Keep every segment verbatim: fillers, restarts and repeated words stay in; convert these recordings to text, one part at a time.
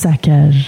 saccage.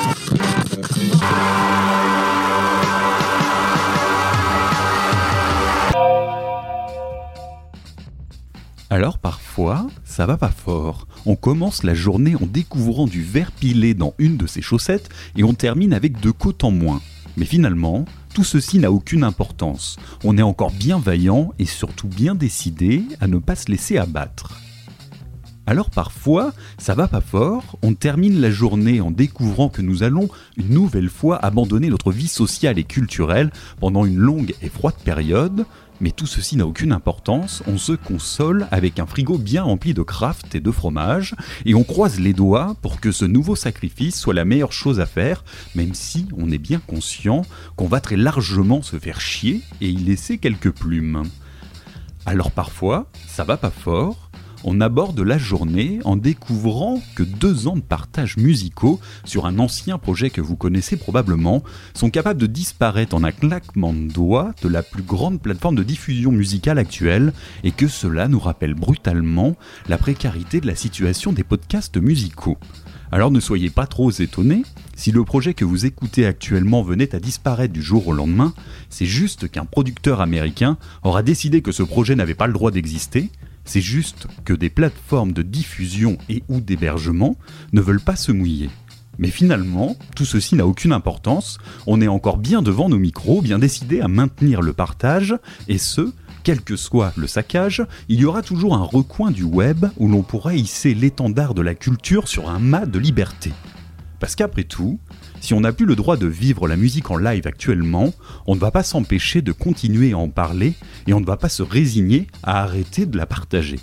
Alors parfois, ça va pas fort. On commence la journée en découvrant du verre pilé dans une de ses chaussettes et on termine avec deux côtes en moins. Mais finalement, tout ceci n'a aucune importance. On est encore bien vaillant et surtout bien décidé à ne pas se laisser abattre. Alors parfois, ça va pas fort, on termine la journée en découvrant que nous allons une nouvelle fois abandonner notre vie sociale et culturelle pendant une longue et froide période, mais tout ceci n'a aucune importance, on se console avec un frigo bien rempli de craft et de fromage, et on croise les doigts pour que ce nouveau sacrifice soit la meilleure chose à faire, même si on est bien conscient qu'on va très largement se faire chier et y laisser quelques plumes. Alors parfois, ça va pas fort, on aborde la journée en découvrant que deux ans de partage musicaux sur un ancien projet que vous connaissez probablement sont capables de disparaître en un claquement de doigts de la plus grande plateforme de diffusion musicale actuelle et que cela nous rappelle brutalement la précarité de la situation des podcasts musicaux. Alors ne soyez pas trop étonnés, si le projet que vous écoutez actuellement venait à disparaître du jour au lendemain, c'est juste qu'un producteur américain aura décidé que ce projet n'avait pas le droit d'exister. C'est juste que des plateformes de diffusion et ou d'hébergement ne veulent pas se mouiller. Mais finalement, tout ceci n'a aucune importance, on est encore bien devant nos micros, bien décidés à maintenir le partage, et ce, quel que soit le saccage, il y aura toujours un recoin du web où l'on pourra hisser l'étendard de la culture sur un mât de liberté. Parce qu'après tout, si on n'a plus le droit de vivre la musique en live actuellement, on ne va pas s'empêcher de continuer à en parler et on ne va pas se résigner à arrêter de la partager.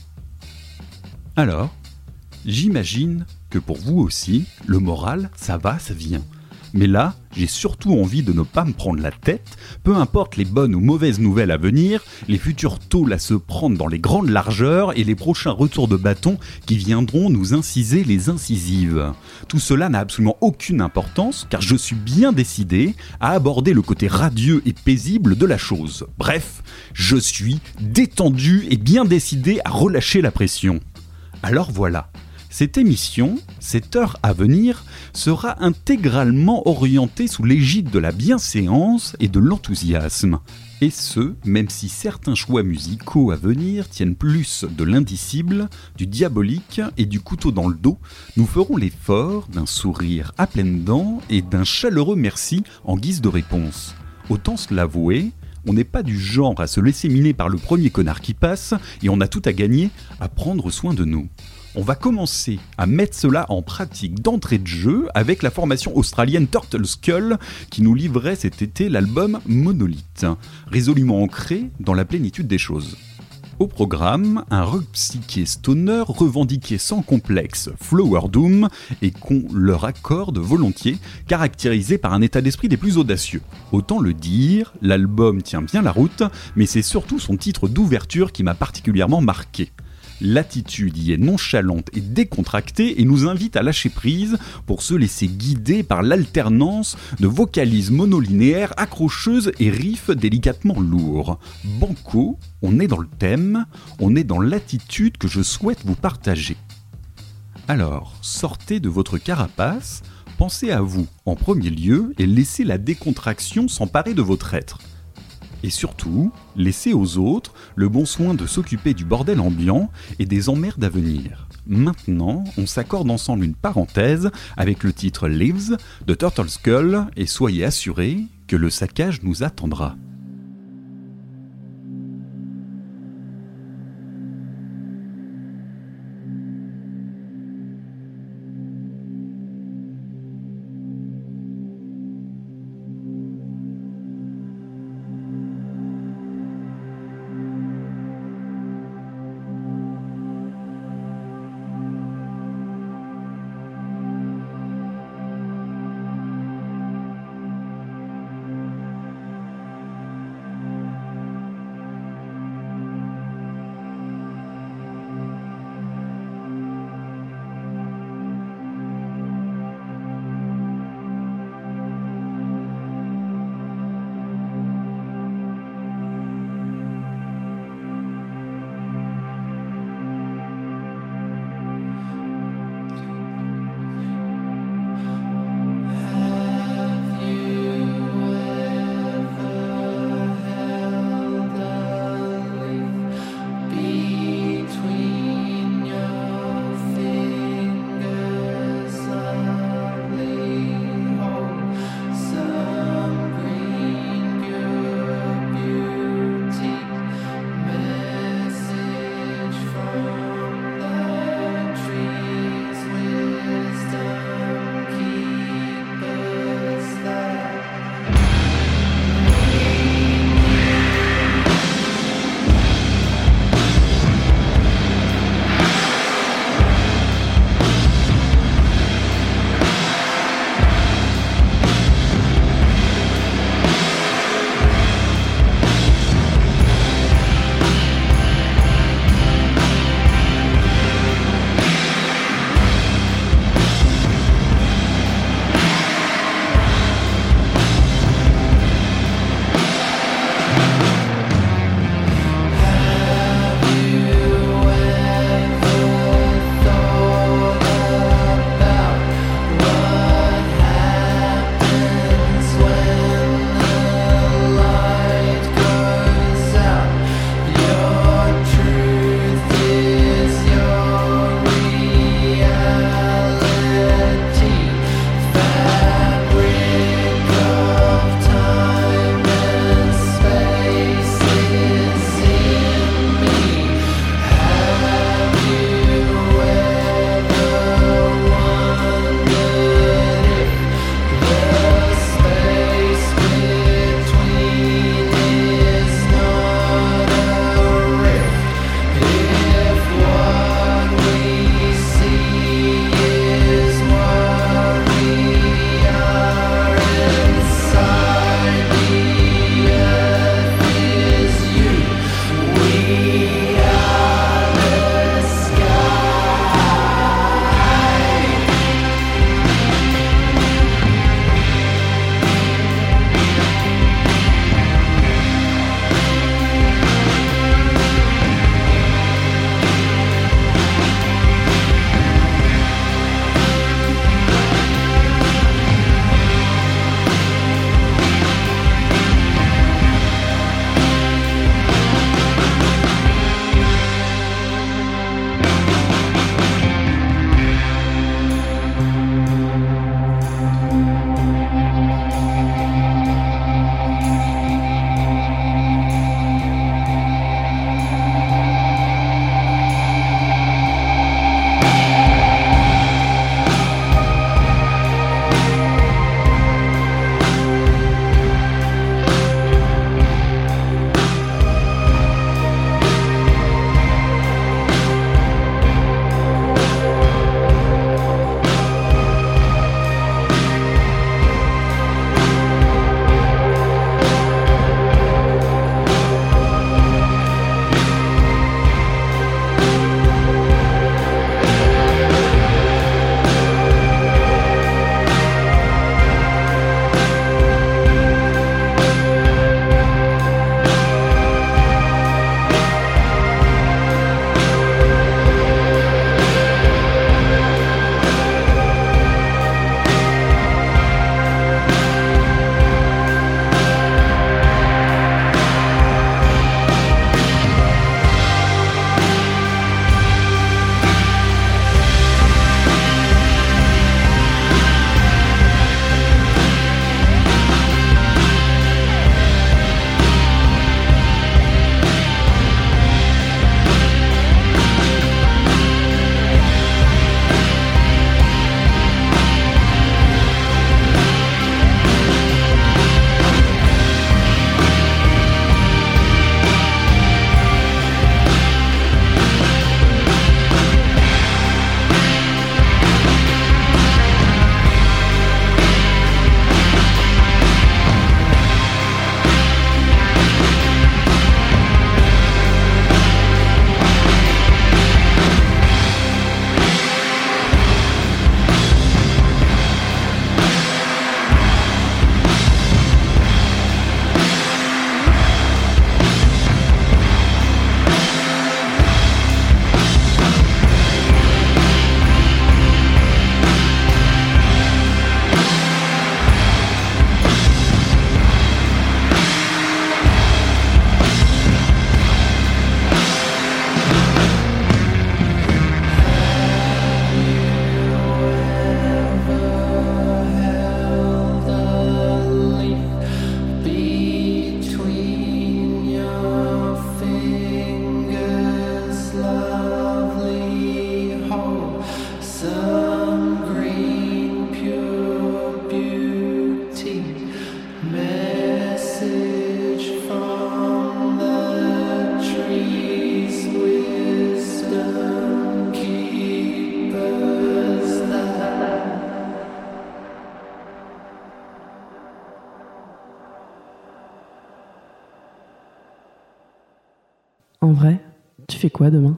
Alors, j'imagine que pour vous aussi, le moral, ça va, ça vient. Mais là, j'ai surtout envie de ne pas me prendre la tête, peu importe les bonnes ou mauvaises nouvelles à venir, les futurs tôles à se prendre dans les grandes largeurs et les prochains retours de bâton qui viendront nous inciser les incisives. Tout cela n'a absolument aucune importance car je suis bien décidé à aborder le côté radieux et paisible de la chose. Bref, je suis détendu et bien décidé à relâcher la pression. Alors voilà. Cette émission, cette heure à venir, sera intégralement orientée sous l'égide de la bienséance et de l'enthousiasme. Et ce, même si certains choix musicaux à venir tiennent plus de l'indicible, du diabolique et du couteau dans le dos, nous ferons l'effort d'un sourire à pleines dents et d'un chaleureux merci en guise de réponse. Autant se l'avouer, on n'est pas du genre à se laisser miner par le premier connard qui passe et on a tout à gagner à prendre soin de nous. On va commencer à mettre cela en pratique d'entrée de jeu avec la formation australienne Turtle Skull qui nous livrait cet été l'album Monolith, résolument ancré dans la plénitude des choses. Au programme, un rock psyché stoner revendiqué sans complexe Flower Doom et qu'on leur accorde volontiers, caractérisé par un état d'esprit des plus audacieux. Autant le dire, l'album tient bien la route, mais c'est surtout son titre d'ouverture qui m'a particulièrement marqué. L'attitude y est nonchalante et décontractée et nous invite à lâcher prise pour se laisser guider par l'alternance de vocalises monolinéaires accrocheuses et riffs délicatement lourds. Banco, on est dans le thème, on est dans l'attitude que je souhaite vous partager. Alors, sortez de votre carapace, pensez à vous en premier lieu et laissez la décontraction s'emparer de votre être. Et surtout, laissez aux autres le bon soin de s'occuper du bordel ambiant et des emmerdes à venir. Maintenant, on s'accorde ensemble une parenthèse avec le titre Lives de Turtle Skull et soyez assurés que le saccage nous attendra. En vrai, tu fais quoi demain ?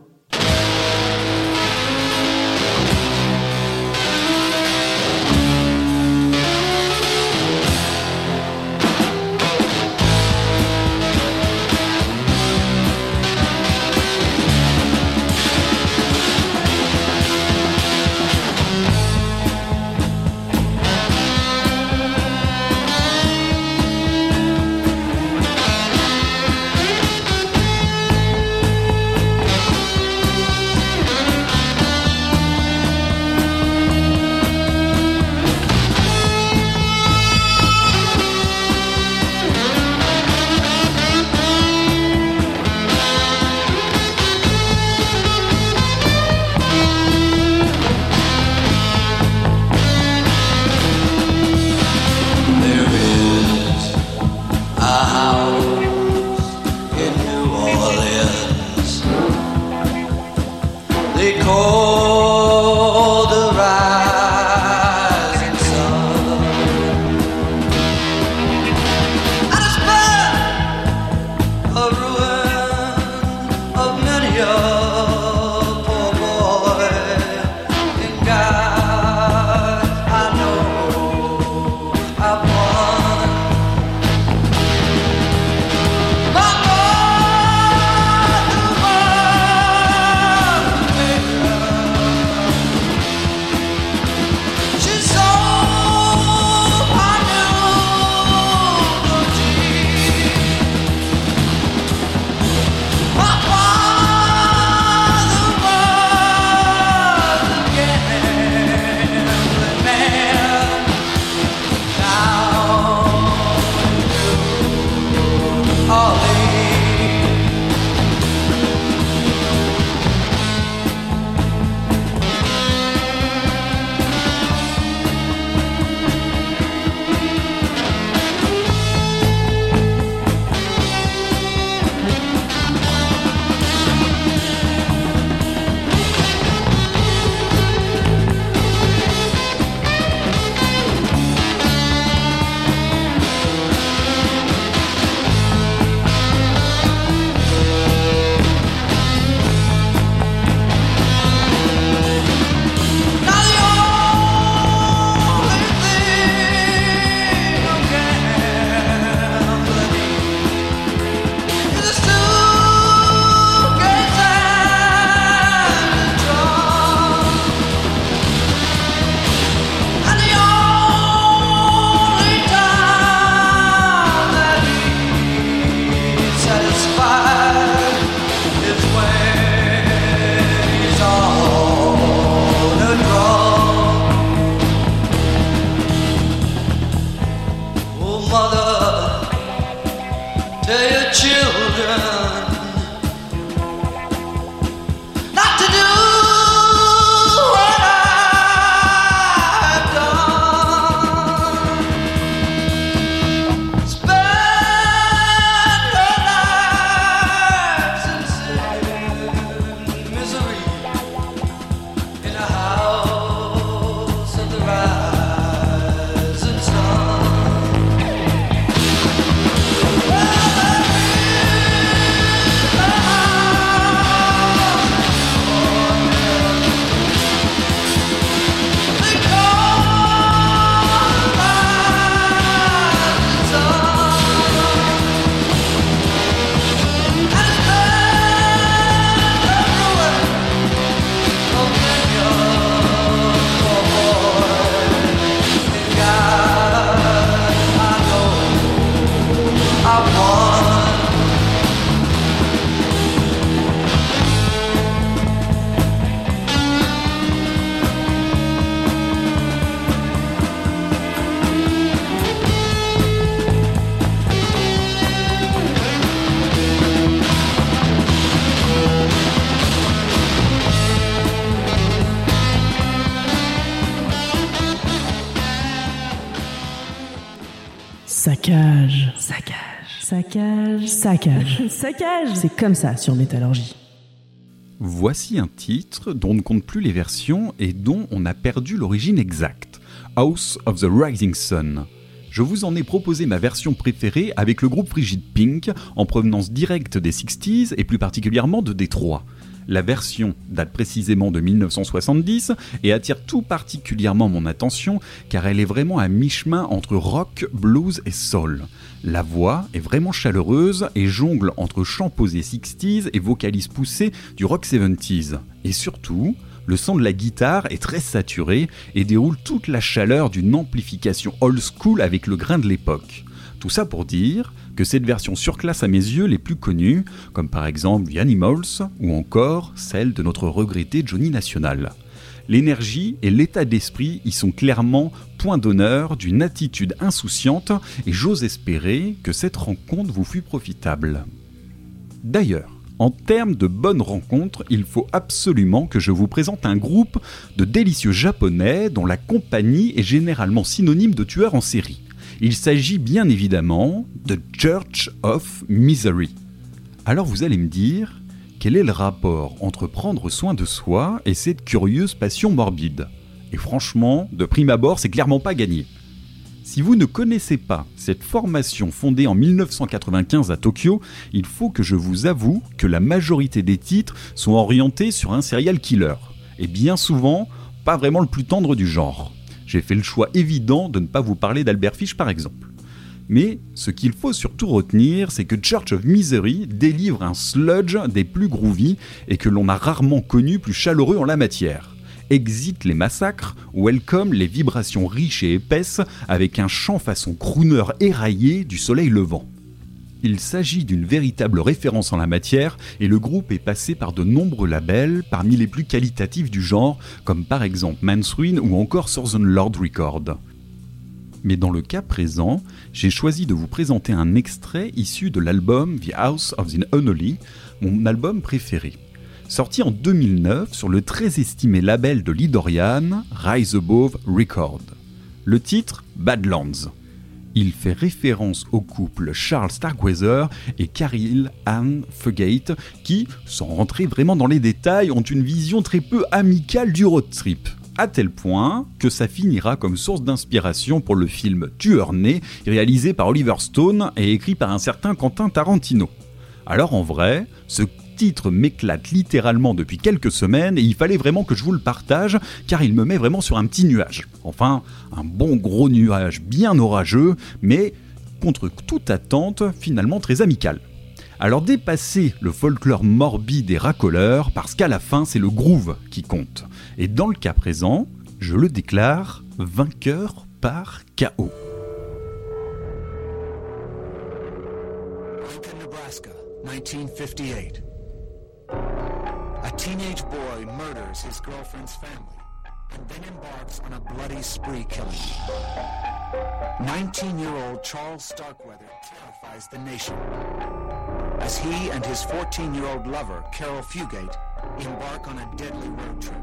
Saccage, saccage, saccage, saccage, saccage. C'est comme ça sur Métallurgie. Voici un titre dont on ne compte plus les versions et dont on a perdu l'origine exacte. House of the Rising Sun. je vous en ai proposé ma version préférée avec le groupe Frigid Pink, en provenance directe des sixties et plus particulièrement de Détroit. La version date précisément de mille neuf cent soixante-dix et attire tout particulièrement mon attention car elle est vraiment à mi-chemin entre rock, blues et soul. La voix est vraiment chaleureuse et jongle entre chants posés sixties et vocalises poussées du rock seventies. Et surtout, le son de la guitare est très saturé et déroule toute la chaleur d'une amplification old school avec le grain de l'époque. Tout ça pour dire que cette version surclasse à mes yeux les plus connues, comme par exemple The Animals ou encore celle de notre regretté Johnny National. L'énergie et l'état d'esprit y sont clairement point d'honneur d'une attitude insouciante et j'ose espérer que cette rencontre vous fut profitable. D'ailleurs, en termes de bonnes rencontres, il faut absolument que je vous présente un groupe de délicieux japonais dont la compagnie est généralement synonyme de tueurs en série. Il s'agit bien évidemment de Church of Misery. Alors vous allez me dire, quel est le rapport entre prendre soin de soi et cette curieuse passion morbide ? Et franchement, de prime abord, c'est clairement pas gagné. Si vous ne connaissez pas cette formation fondée en mille neuf cent quatre-vingt-quinze à Tokyo, il faut que je vous avoue que la majorité des titres sont orientés sur un serial killer. Et bien souvent, pas vraiment le plus tendre du genre. J'ai fait le choix évident de ne pas vous parler d'Albert Fish par exemple. Mais ce qu'il faut surtout retenir, c'est que Church of Misery délivre un sludge des plus groovy et que l'on a rarement connu plus chaleureux en la matière. Exit les massacres, welcome les vibrations riches et épaisses avec un chant façon crooner éraillé du soleil levant. Il s'agit d'une véritable référence en la matière et le groupe est passé par de nombreux labels parmi les plus qualitatifs du genre, comme par exemple Man's Ruin ou encore Southern Lord Records. Mais dans le cas présent, j'ai choisi de vous présenter un extrait issu de l'album The House of the Unholy, mon album préféré. Sorti en deux mille neuf sur le très estimé label de Lee Dorian, Rise Above Records. Le titre, Badlands. Il fait référence au couple Charles Starkweather et Caril Ann Fugate qui, sans rentrer vraiment dans les détails, ont une vision très peu amicale du road trip. À tel point que ça finira comme source d'inspiration pour le film Tueur né, réalisé par Oliver Stone et écrit par un certain Quentin Tarantino. Alors en vrai, ce titre m'éclate littéralement depuis quelques semaines et il fallait vraiment que je vous le partage car il me met vraiment sur un petit nuage. Enfin, un bon gros nuage bien orageux, mais contre toute attente, finalement très amical. Alors dépassez le folklore morbide et racoleur parce qu'à la fin c'est le groove qui compte. Et dans le cas présent, je le déclare vainqueur par K O. Lincoln, Nebraska, nineteen fifty-eight. A teenage boy murders his girlfriend's family and then embarks on a bloody spree killing. nineteen-year-old Charles Starkweather terrifies the nation as he and his fourteen-year-old lover, Carol Fugate, embark on a deadly road trip.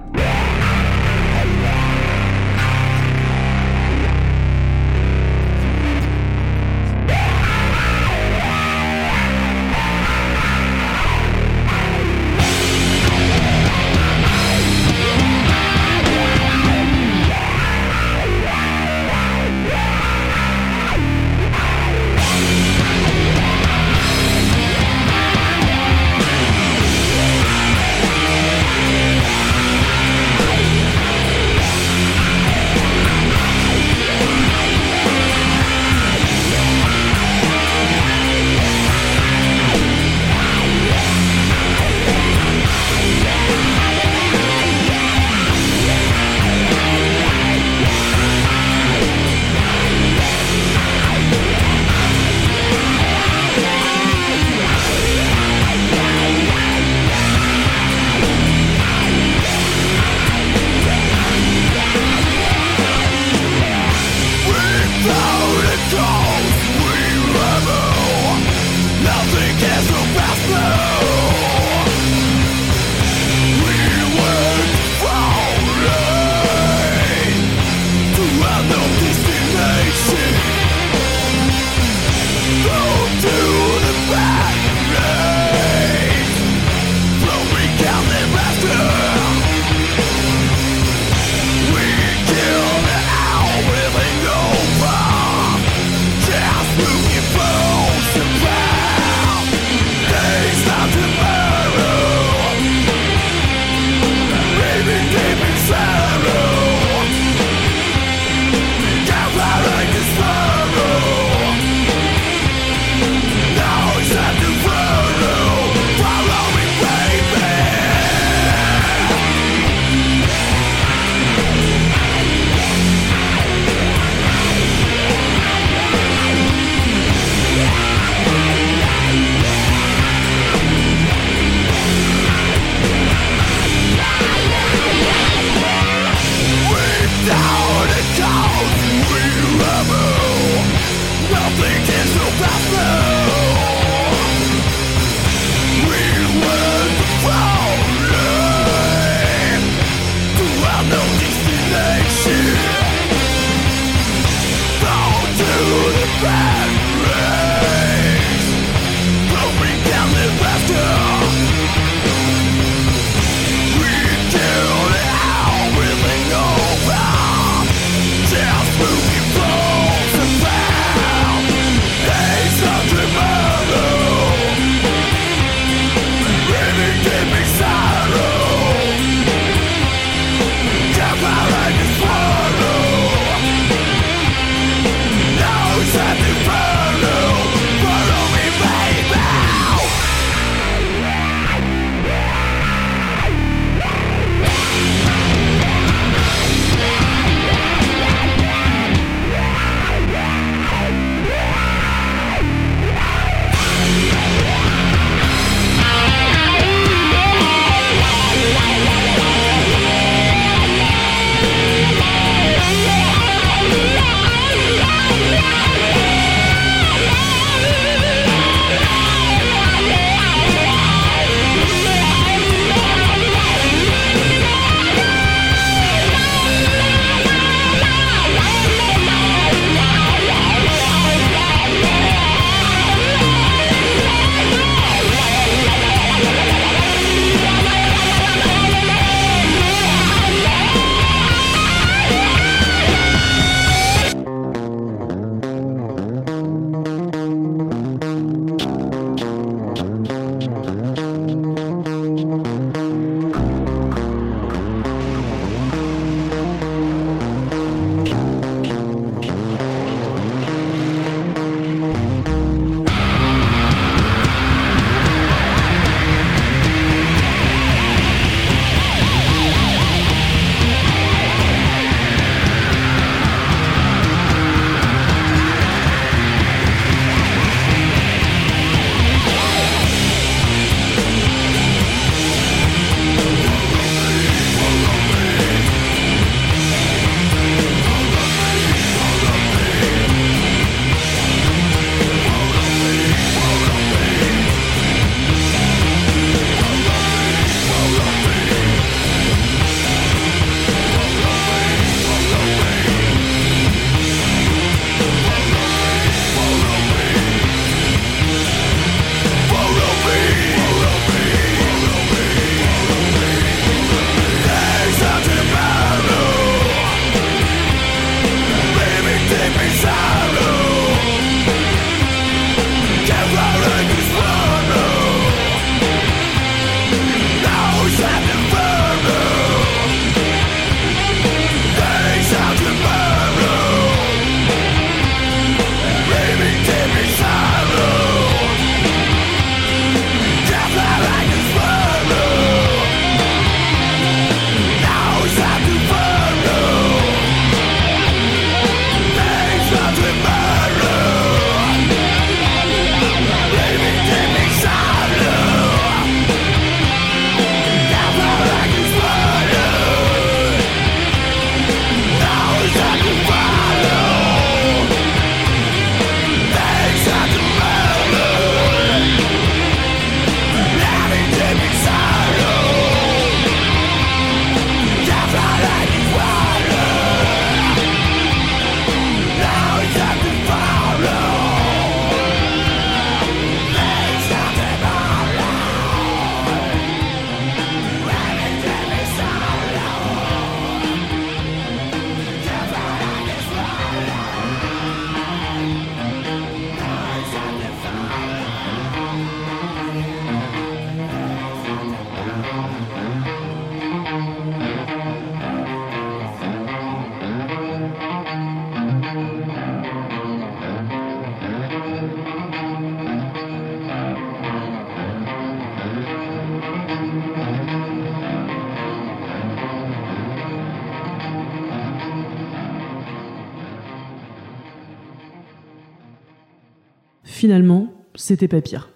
Finalement, c'était pas pire.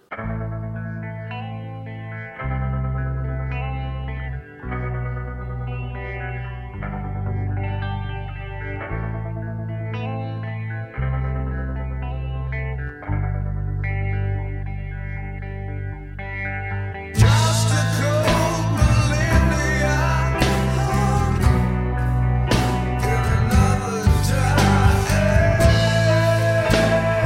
Another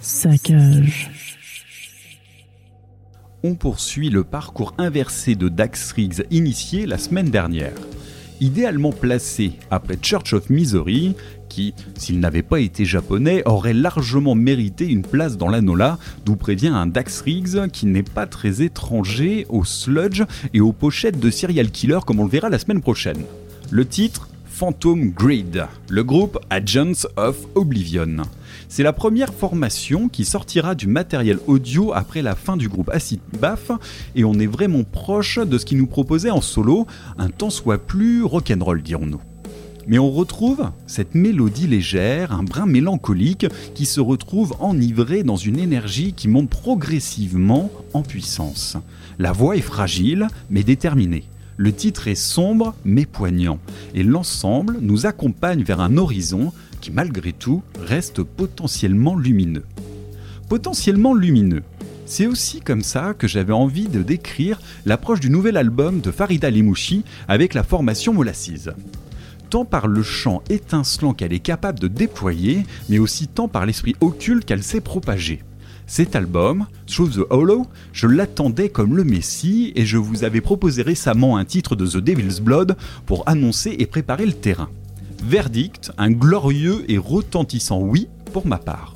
Saccage. On poursuit le parcours inversé de Dax Riggs initié la semaine dernière. Idéalement placé après Church of Misery, qui, s'il n'avait pas été japonais, aurait largement mérité une place dans l'Anola, d'où prévient un Dax Riggs qui n'est pas très étranger au sludge et aux pochettes de serial killer comme on le verra la semaine prochaine. Le titre, Phantom Grid, le groupe Agents of Oblivion. C'est la première formation qui sortira du matériel audio après la fin du groupe Acid Bath et on est vraiment proche de ce qu'ils nous proposaient en solo, un tant soit plus rock'n'roll dirons-nous. Mais on retrouve cette mélodie légère, un brin mélancolique qui se retrouve enivré dans une énergie qui monte progressivement en puissance. La voix est fragile mais déterminée. Le titre est sombre mais poignant et l'ensemble nous accompagne vers un horizon qui malgré tout reste potentiellement lumineux. Potentiellement lumineux, c'est aussi comme ça que j'avais envie de décrire l'approche du nouvel album de Farida Limouchi avec la formation Molasses. Tant par le chant étincelant qu'elle est capable de déployer, mais aussi tant par l'esprit occulte qu'elle sait propager. Cet album, Through the Hollow, je l'attendais comme le Messie et je vous avais proposé récemment un titre de The Devil's Blood pour annoncer et préparer le terrain. Verdict, un glorieux et retentissant oui pour ma part.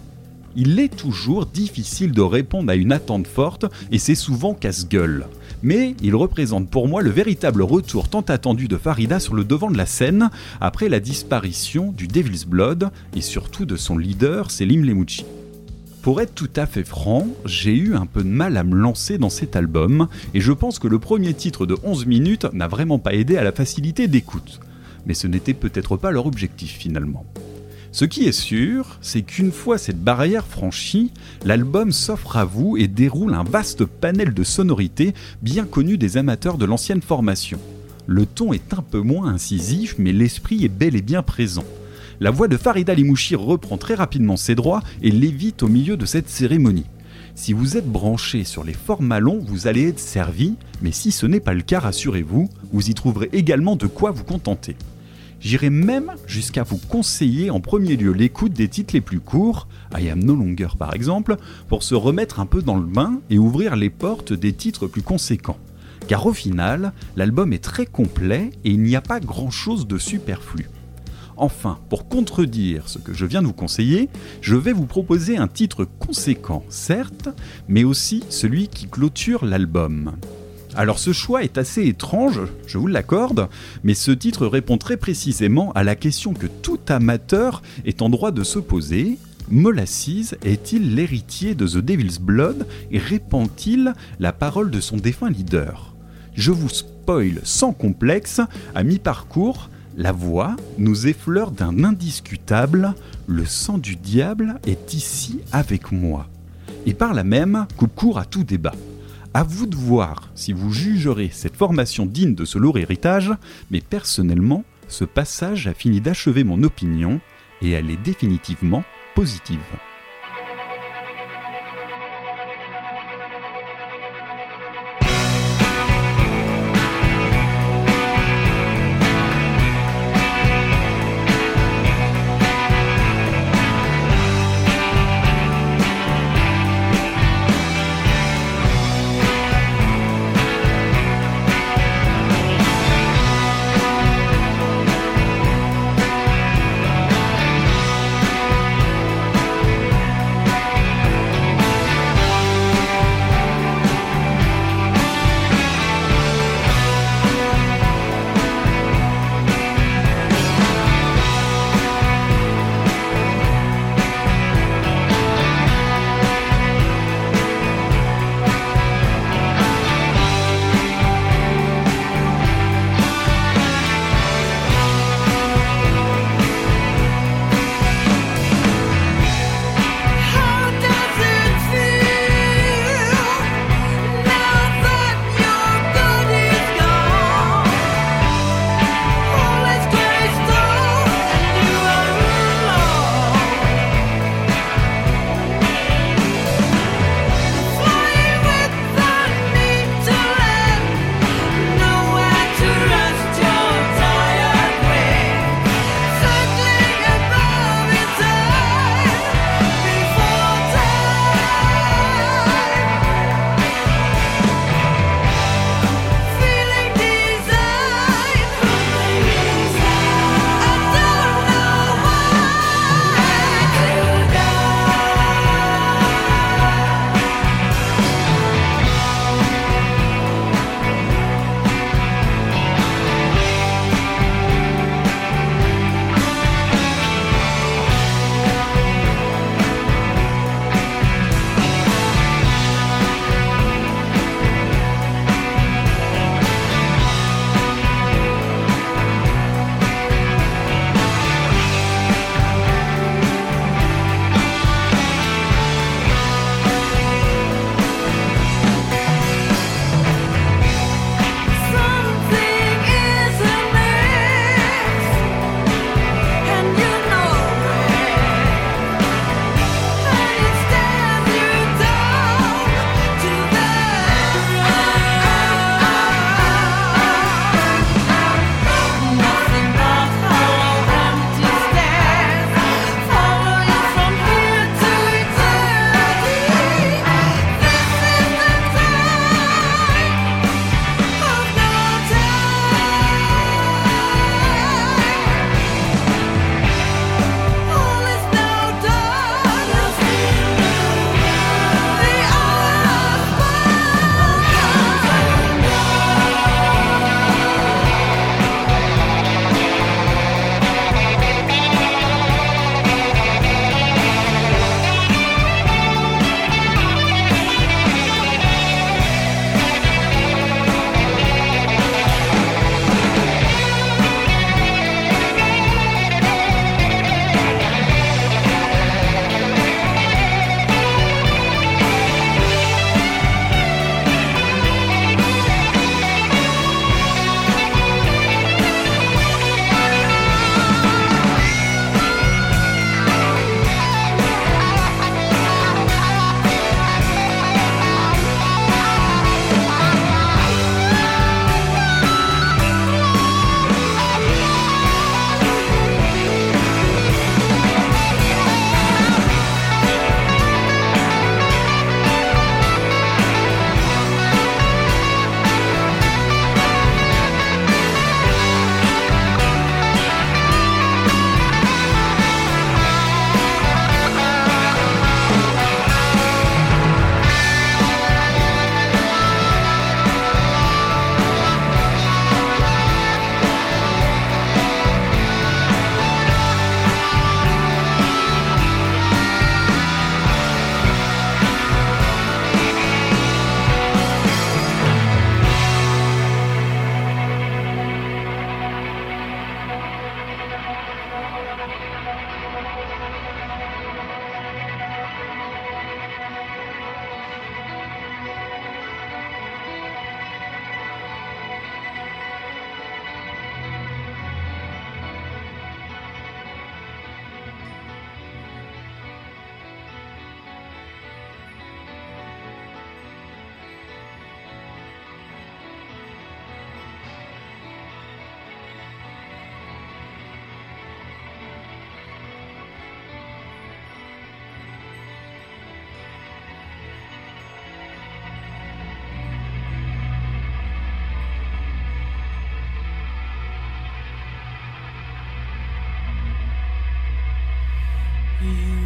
Il est toujours difficile de répondre à une attente forte et c'est souvent casse-gueule. Mais il représente pour moi le véritable retour tant attendu de Farida sur le devant de la scène après la disparition du Devil's Blood et surtout de son leader Selim Lemouchi. Pour être tout à fait franc, j'ai eu un peu de mal à me lancer dans cet album et je pense que le premier titre de onze minutes n'a vraiment pas aidé à la facilité d'écoute. Mais ce n'était peut-être pas leur objectif finalement. Ce qui est sûr, c'est qu'une fois cette barrière franchie, l'album s'offre à vous et déroule un vaste panel de sonorités bien connues des amateurs de l'ancienne formation. Le ton est un peu moins incisif, mais l'esprit est bel et bien présent. La voix de Farida Limouchi reprend très rapidement ses droits et lévite au milieu de cette cérémonie. Si vous êtes branché sur les formats longs, vous allez être servi, mais si ce n'est pas le cas, rassurez-vous, vous y trouverez également de quoi vous contenter. J'irai même jusqu'à vous conseiller en premier lieu l'écoute des titres les plus courts, I Am No Longer par exemple, pour se remettre un peu dans le bain et ouvrir les portes des titres plus conséquents. Car au final, l'album est très complet et il n'y a pas grand-chose de superflu. Enfin, pour contredire ce que je viens de vous conseiller, je vais vous proposer un titre conséquent, certes, mais aussi celui qui clôture l'album. Alors ce choix est assez étrange, je vous l'accorde, mais ce titre répond très précisément à la question que tout amateur est en droit de se poser. Molasses est-il l'héritier de The Devil's Blood et répand-il la parole de son défunt leader ? Je vous spoil sans complexe, à mi-parcours, la voix nous effleure d'un indiscutable « Le sang du diable est ici avec moi » et par là même coupe court à tout débat. À vous de voir si vous jugerez cette formation digne de ce lourd héritage, mais personnellement, ce passage a fini d'achever mon opinion et elle est définitivement positive.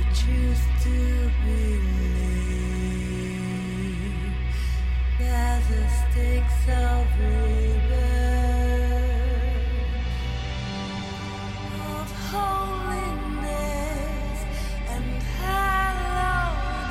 choose to believe that the stakes of rebirth, of holiness and hallowed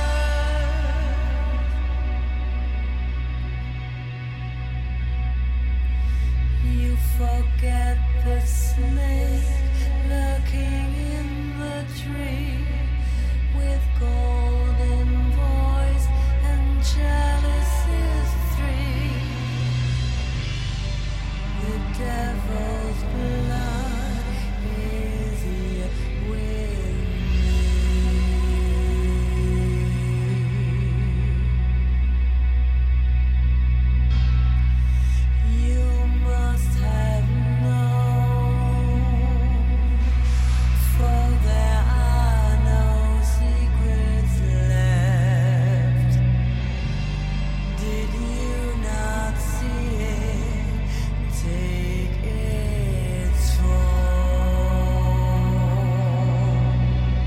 earth. You forget the snake lurking in the tree with golden voice and chalices three. The devil's blood is here with me. You must have known, for there are no secrets left. Did you not see it? Take its form.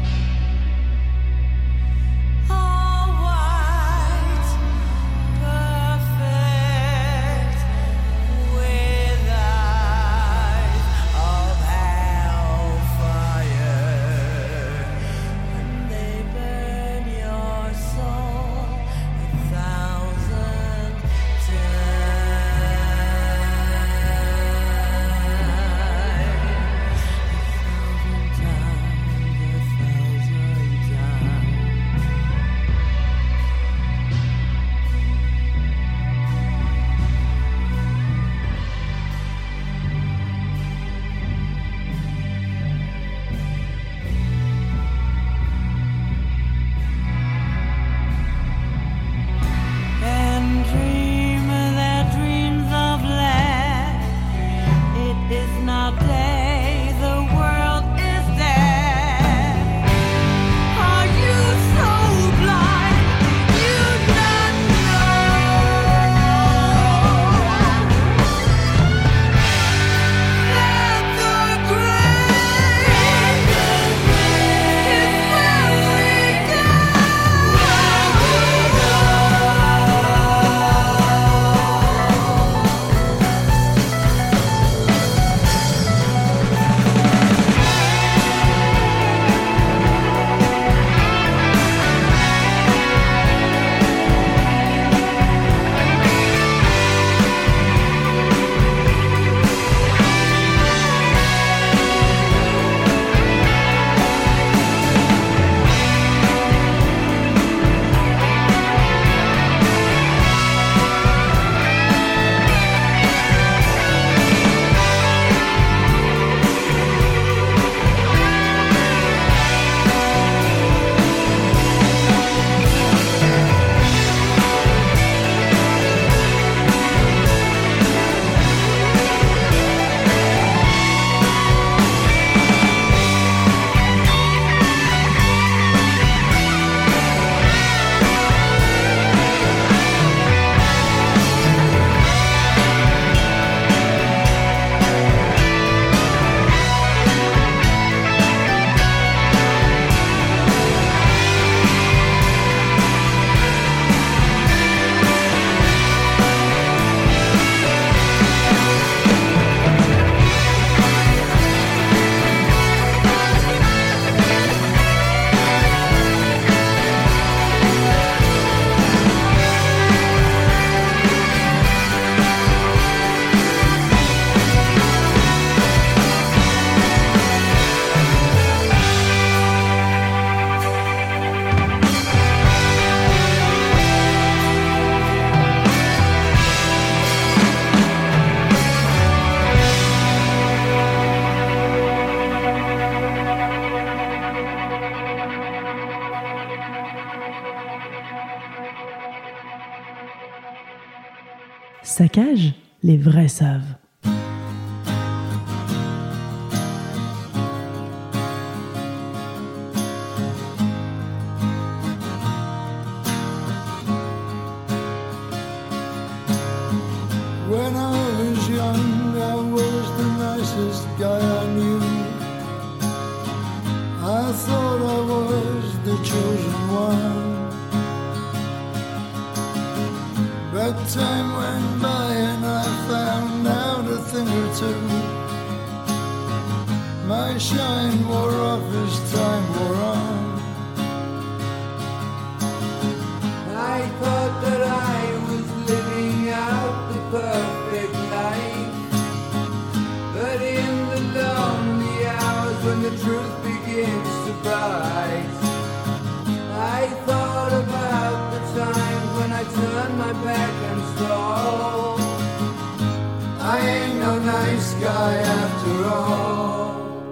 All white, perfect, with eyes of hellfire, and they burn your soul a thousand and dream their dreams of land. It is not day, the world is dead. Are you so blind? You not know that the grave is where we go. Saccage, les vrais savent. When I was young, I was the nicest guy I knew. I thought I was the chosen one. But time went by and I found out a thing or two. My shine wore off as time wore on. I thought that I was living out the perfect life, but in the lonely hours when the truth begins to bite, I thought about the times when I turned my back and stole. I ain't no nice guy after all.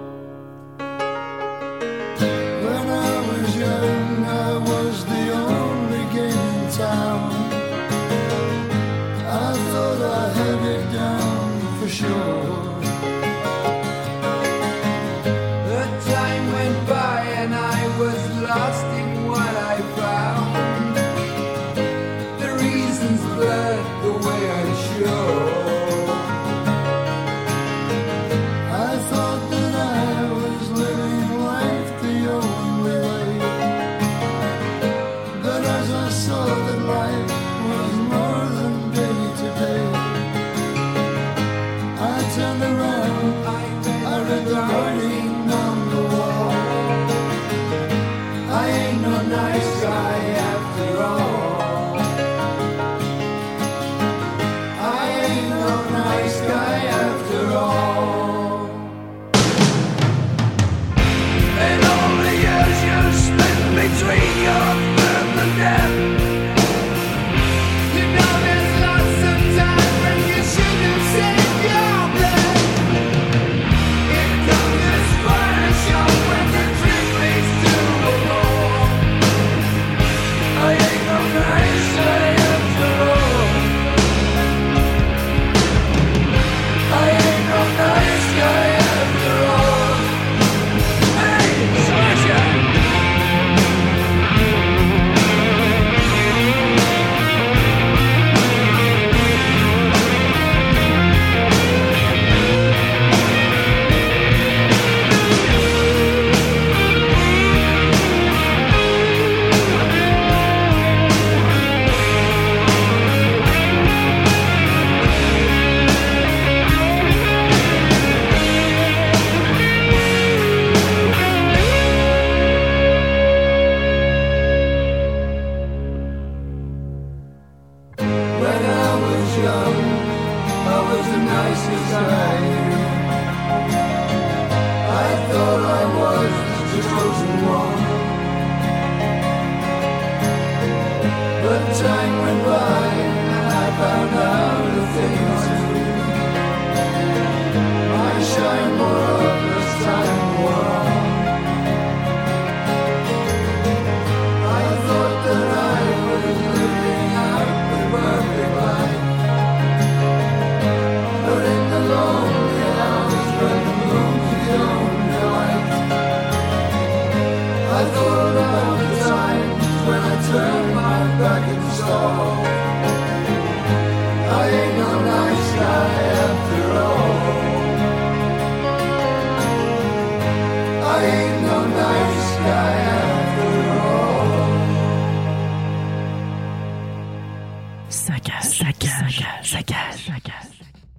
When I was young, I was the only game in town. I thought I had it down for sure. The time went by and I was lost in what I found. The reasons blurred the way I should. I thought that I was living life the only way. But as I saw that life was more than day to day, I turned around, I read the writing on the wall. I ain't no nice guy after all. I ain't no nice guy after all. And all the years you spent between your birth and death, you know there's lots of time when you should have saved your breath. It comes as far as show when the truth leads to a wall. I ain't no nice guy after all. I ain't no nice guy after all. Hey, Slasher! When I was young, I was the nicest guy. I thought I was the chosen one. But time went by and I found out a thing or two. My shine wore up as time wore on. I thought that I was living out the perfect life, but in the lonely hours when the moon's the only light, I thought about the times when I turned my back and stalled. I ain't no nice guy after all. I ain't no nice guy after all. Saccage, saccage, saccage, saccage.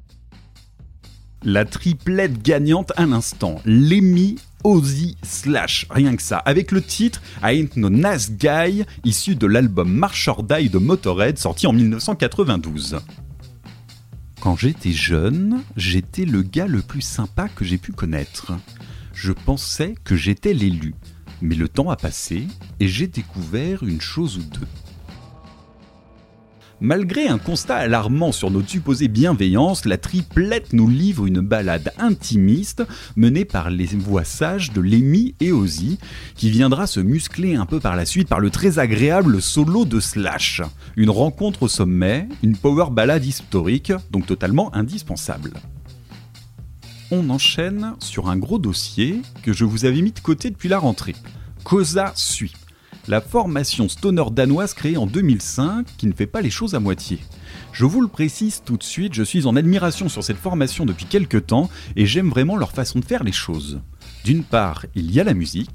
La triplette gagnante à l'instant, Lemmy, Ozzy, Slash, rien que ça, avec le titre I Ain't No Nice Guy, issu de l'album March or Die de Motörhead, sorti en dix-neuf cent quatre-vingt-douze. Quand j'étais jeune, j'étais le gars le plus sympa que j'ai pu connaître. Je pensais que j'étais l'élu, mais le temps a passé et j'ai découvert une chose ou deux. Malgré un constat alarmant sur notre supposée bienveillance, la triplette nous livre une balade intimiste menée par les voix sages de Lemmy et Ozzy, qui viendra se muscler un peu par la suite par le très agréable solo de Slash. Une rencontre au sommet, une power ballade historique, donc totalement indispensable. On enchaîne sur un gros dossier que je vous avais mis de côté depuis la rentrée. Cosa suit. La formation stoner danoise créée en deux mille cinq qui ne fait pas les choses à moitié. Je vous le précise tout de suite, je suis en admiration sur cette formation depuis quelques temps et j'aime vraiment leur façon de faire les choses. D'une part, il y a la musique,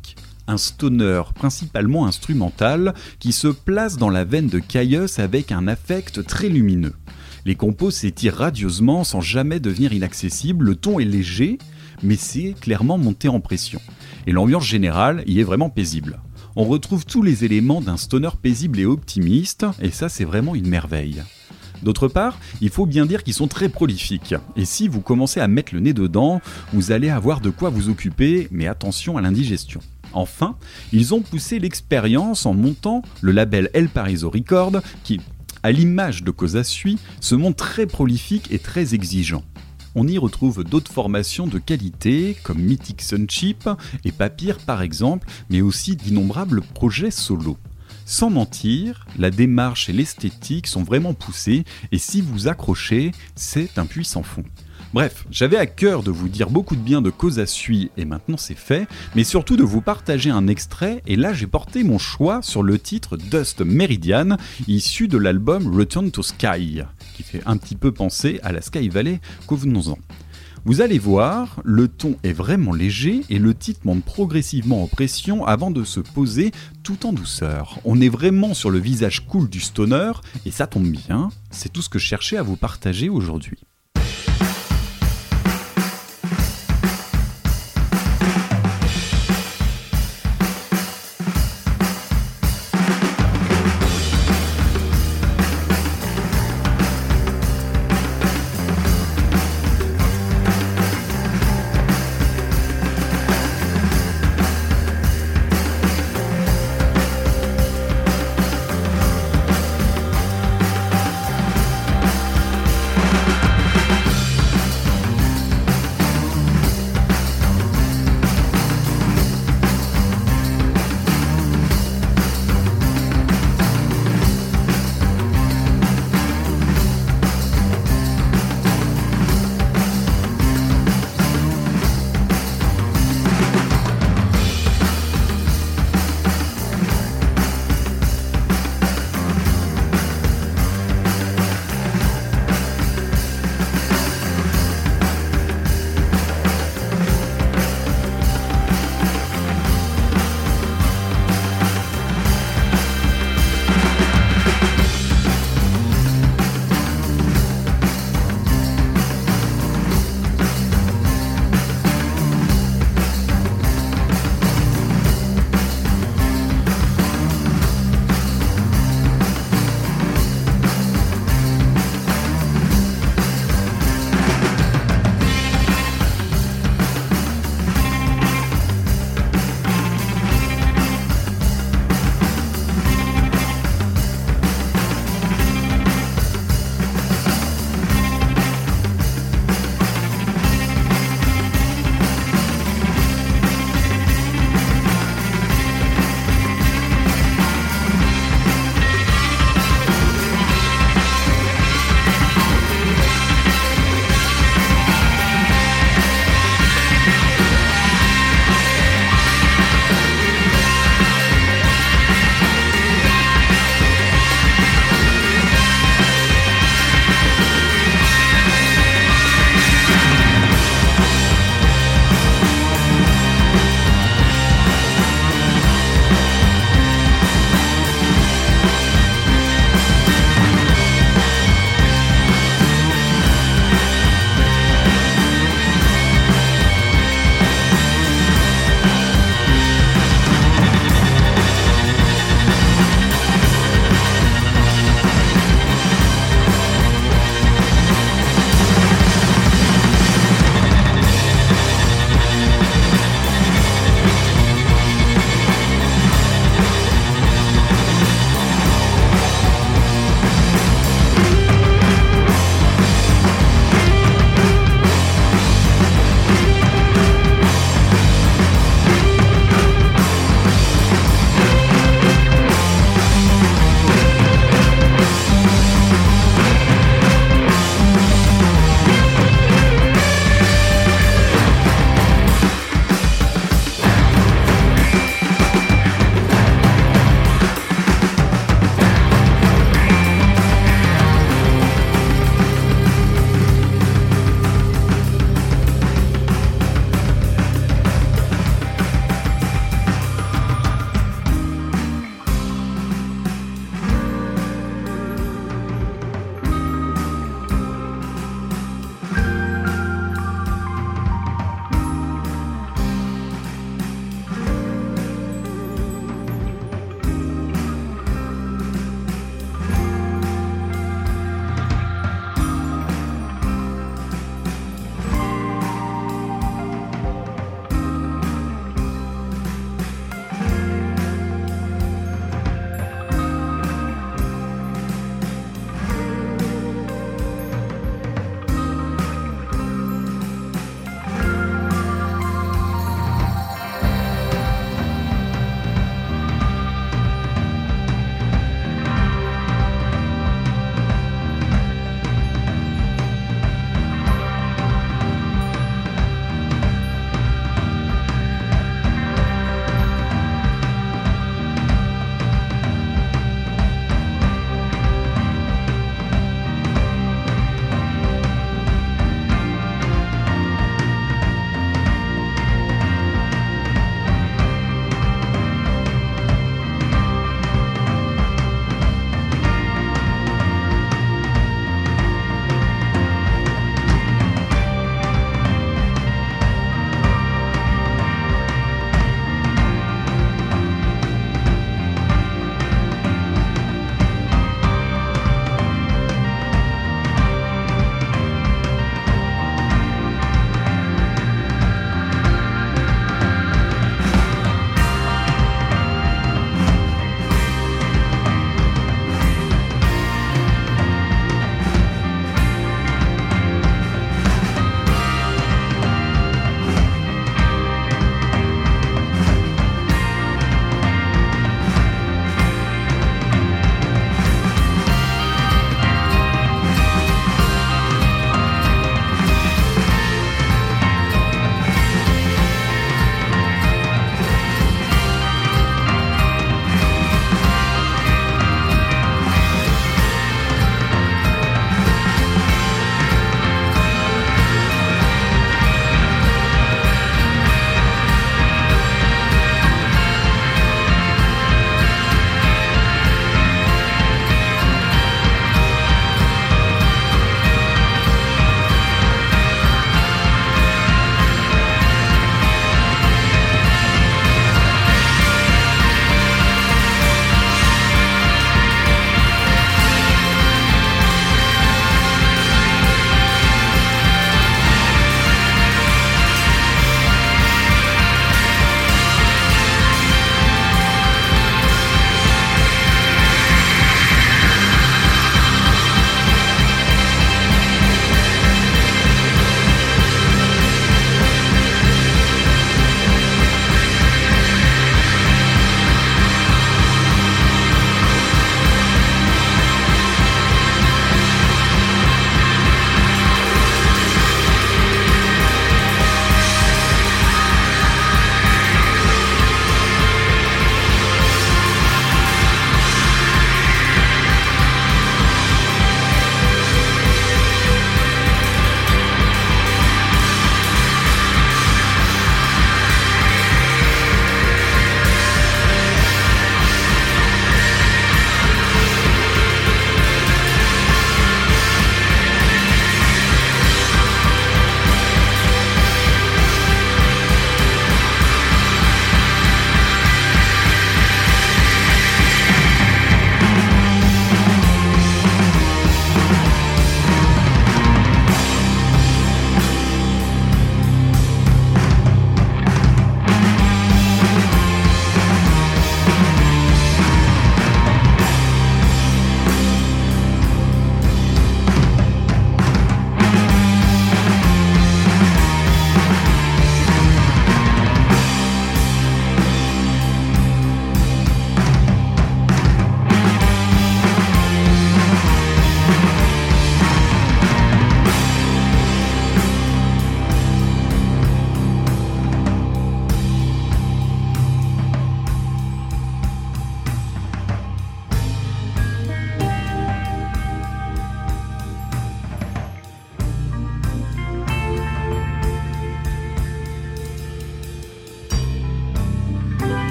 un stoner principalement instrumental qui se place dans la veine de Kyuss avec un affect très lumineux. Les compos s'étirent radieusement sans jamais devenir inaccessibles, le ton est léger, mais c'est clairement monté en pression. Et l'ambiance générale y est vraiment paisible. On retrouve tous les éléments d'un stoner paisible et optimiste, et ça c'est vraiment une merveille. D'autre part, il faut bien dire qu'ils sont très prolifiques, et si vous commencez à mettre le nez dedans, vous allez avoir de quoi vous occuper, mais attention à l'indigestion. Enfin, ils ont poussé l'expérience en montant le label El Paraíso Records, qui, à l'image de Kozasui, se montre très prolifique et très exigeant. On y retrouve d'autres formations de qualité, comme Mythic Sunchip et Papyr par exemple, mais aussi d'innombrables projets solos. Sans mentir, la démarche et l'esthétique sont vraiment poussées, et si vous accrochez, c'est un puits sans fond. Bref, j'avais à cœur de vous dire beaucoup de bien de Kozasui, et maintenant c'est fait, mais surtout de vous partager un extrait, et là j'ai porté mon choix sur le titre Dust Meridian, issu de l'album Return to Sky, qui fait un petit peu penser à la Sky Valley, convenons-en. Vous allez voir, le ton est vraiment léger et le titre monte progressivement en pression avant de se poser tout en douceur. On est vraiment sur le visage cool du stoner, et ça tombe bien, c'est tout ce que je cherchais à vous partager aujourd'hui.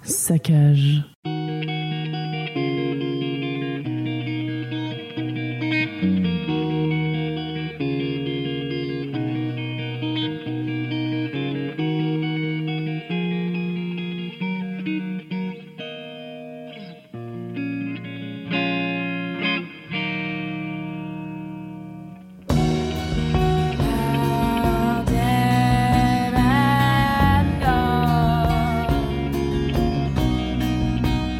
Saccage. How dead and gone.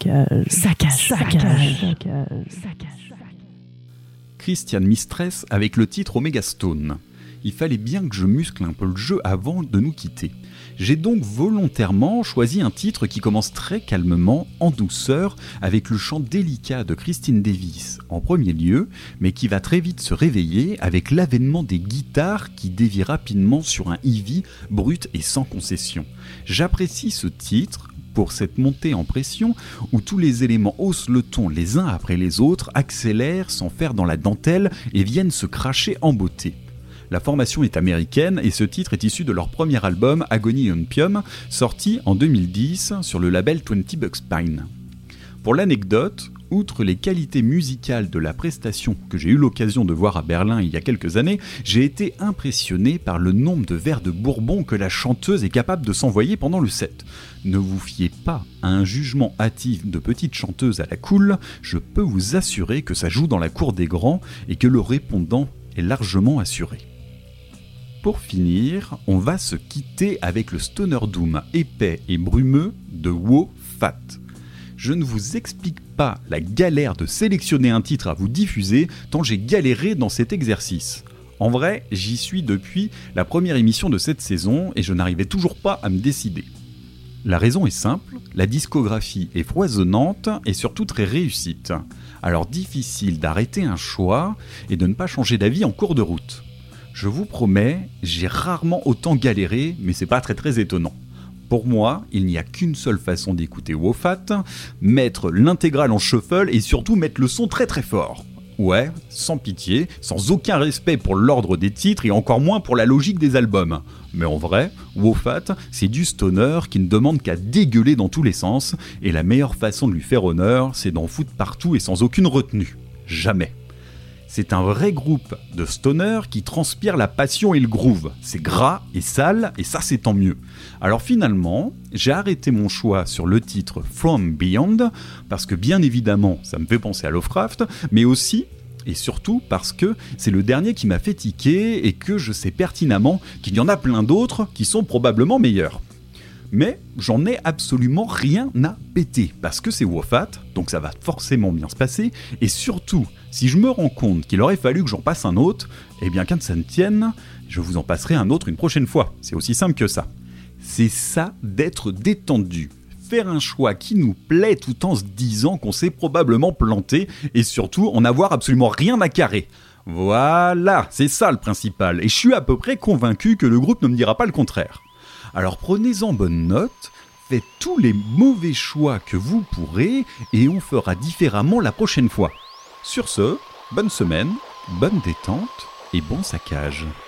saccage, saccage, saccage, saccage. Christian Mistress avec le titre Omega Stone. Il fallait bien que je muscle un peu le jeu avant de nous quitter. J'ai donc volontairement choisi un titre qui commence très calmement, en douceur, avec le chant délicat de Christine Davis en premier lieu, mais qui va très vite se réveiller avec l'avènement des guitares qui dévient rapidement sur un heavy brut et sans concession. J'apprécie ce titre pour cette montée en pression où tous les éléments haussent le ton les uns après les autres, accélèrent sans faire dans la dentelle et viennent se cracher en beauté. La formation est américaine et ce titre est issu de leur premier album Agony on Pium, sorti en deux mille dix sur le label vingt Bucks Pine. Pour l'anecdote, outre les qualités musicales de la prestation que j'ai eu l'occasion de voir à Berlin il y a quelques années, j'ai été impressionné par le nombre de verres de bourbon que la chanteuse est capable de s'envoyer pendant le set. Ne vous fiez pas à un jugement hâtif de petite chanteuse à la cool, je peux vous assurer que ça joue dans la cour des grands et que le répondant est largement assuré. Pour finir, on va se quitter avec le stoner doom épais et brumeux de Wo Fat. Je ne vous explique pas la galère de sélectionner un titre à vous diffuser tant j'ai galéré dans cet exercice. En vrai, j'y suis depuis la première émission de cette saison et je n'arrivais toujours pas à me décider. La raison est simple, la discographie est foisonnante et surtout très réussite. Alors difficile d'arrêter un choix et de ne pas changer d'avis en cours de route. Je vous promets, j'ai rarement autant galéré, mais c'est pas très très étonnant. Pour moi, il n'y a qu'une seule façon d'écouter Wo Fat, mettre l'intégrale en shuffle et surtout mettre le son très très fort. Ouais, sans pitié, sans aucun respect pour l'ordre des titres et encore moins pour la logique des albums. Mais en vrai, Wo Fat, c'est du stoner qui ne demande qu'à dégueuler dans tous les sens, et la meilleure façon de lui faire honneur, c'est d'en foutre partout et sans aucune retenue. Jamais. C'est un vrai groupe de stoner qui transpire la passion et le groove. C'est gras et sale, et ça c'est tant mieux. Alors finalement, j'ai arrêté mon choix sur le titre From Beyond, parce que bien évidemment, ça me fait penser à Lovecraft, mais aussi et surtout parce que c'est le dernier qui m'a fait tiquer et que je sais pertinemment qu'il y en a plein d'autres qui sont probablement meilleurs. Mais j'en ai absolument rien à péter, parce que c'est Wo Fat, donc ça va forcément bien se passer, et surtout, si je me rends compte qu'il aurait fallu que j'en passe un autre, eh bien qu'un de ça ne tienne, je vous en passerai un autre une prochaine fois, c'est aussi simple que ça. C'est ça d'être détendu, faire un choix qui nous plaît tout en se disant qu'on s'est probablement planté, et surtout en avoir absolument rien à carrer. Voilà, c'est ça le principal, et je suis à peu près convaincu que le groupe ne me dira pas le contraire. Alors prenez-en bonne note, faites tous les mauvais choix que vous pourrez et on fera différemment la prochaine fois. Sur ce, bonne semaine, bonne détente et bon saccage.